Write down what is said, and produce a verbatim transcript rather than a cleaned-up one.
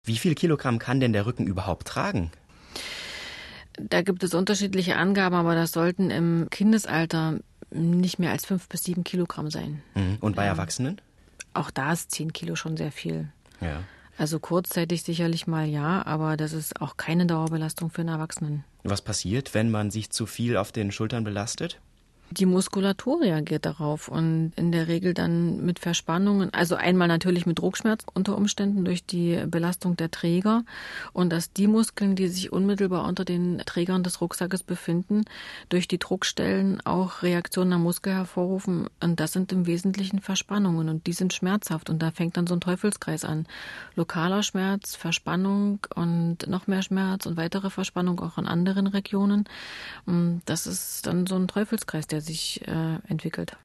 Wie viel Kilogramm kann denn der Rücken überhaupt tragen? Da gibt es unterschiedliche Angaben, aber das sollten im Kindesalter nicht mehr als fünf bis sieben Kilogramm sein. Mhm. Und bei Ja. Erwachsenen? Auch da ist zehn Kilo schon sehr viel. Ja. Also kurzzeitig sicherlich mal ja, aber das ist auch keine Dauerbelastung für einen Erwachsenen. Was passiert, wenn man sich zu viel auf den Schultern belastet? Die Muskulatur reagiert darauf und in der Regel dann mit Verspannungen, also einmal natürlich mit Druckschmerz unter Umständen durch die Belastung der Träger und dass die Muskeln, die sich unmittelbar unter den Trägern des Rucksackes befinden, durch die Druckstellen auch Reaktionen am Muskel hervorrufen und das sind im Wesentlichen Verspannungen und die sind schmerzhaft und da fängt dann so ein Teufelskreis an. Lokaler Schmerz, Verspannung und noch mehr Schmerz und weitere Verspannung auch in anderen Regionen. Das ist dann so ein Teufelskreis, der sich äh, entwickelt.